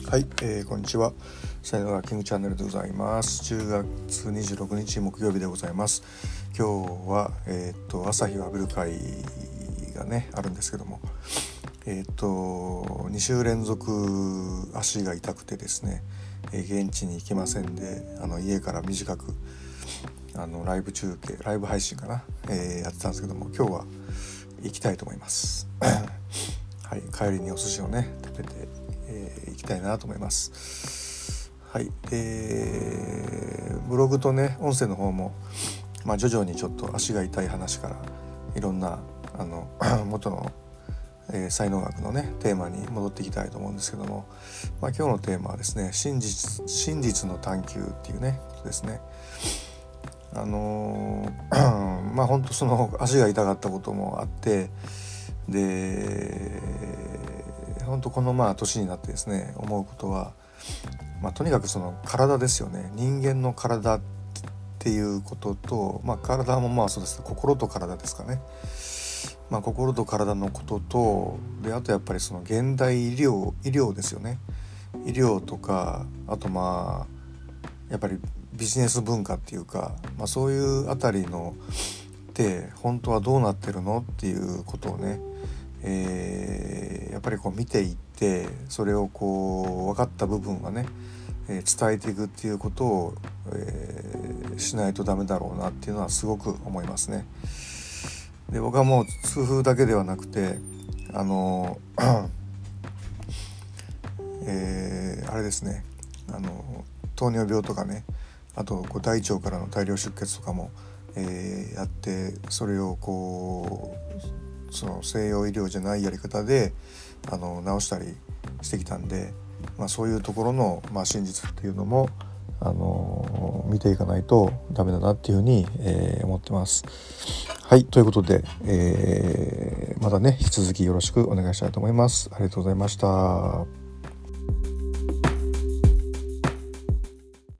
はい、こんにちは。才能がキングチャンネルでございます。10月26日木曜日でございます。今日は、朝日を浴びる会がねあるんですけども、2週連続足が痛くてですね、現地に行けませんで、家から短くライブ中継、ライブ配信かな、やってたんですけども、今日は行きたいと思います。はい、帰りにお寿司をね食べて、行きたいなと思います。はい、ブログとね音声の方も、徐々にちょっと足が痛い話からいろんな元の、才能学のねテーマに戻っていきたいと思うんですけども、今日のテーマはですね、真実の探求っていうねことですね。本当その足が痛かったこともあって、で本当この年になってですね思うことは、とにかくその体ですよね。人間の体っていうことと、体もそうですね、心と体ですかね。心と体のことと、であとやっぱりその現代医療ですよね。医療とか、あとやっぱりビジネス文化っていうか、そういうあたりのって本当はどうなってるのっていうことをね、やっぱり見ていって、それを分かった部分はね、伝えていくっていうことを、しないとダメだろうなっていうのはすごく思いますね。で僕はもう痛風だけではなくてあれですね、糖尿病とかね、あと大腸からの大量出血とかも、やって、それをその西洋医療じゃないやり方で治したりしてきたんで、そういうところの、真実っていうのも見ていかないとダメだなっていうふうに、思ってます。はい、ということで、またね引き続きよろしくお願いしたいと思います。ありがとうございました。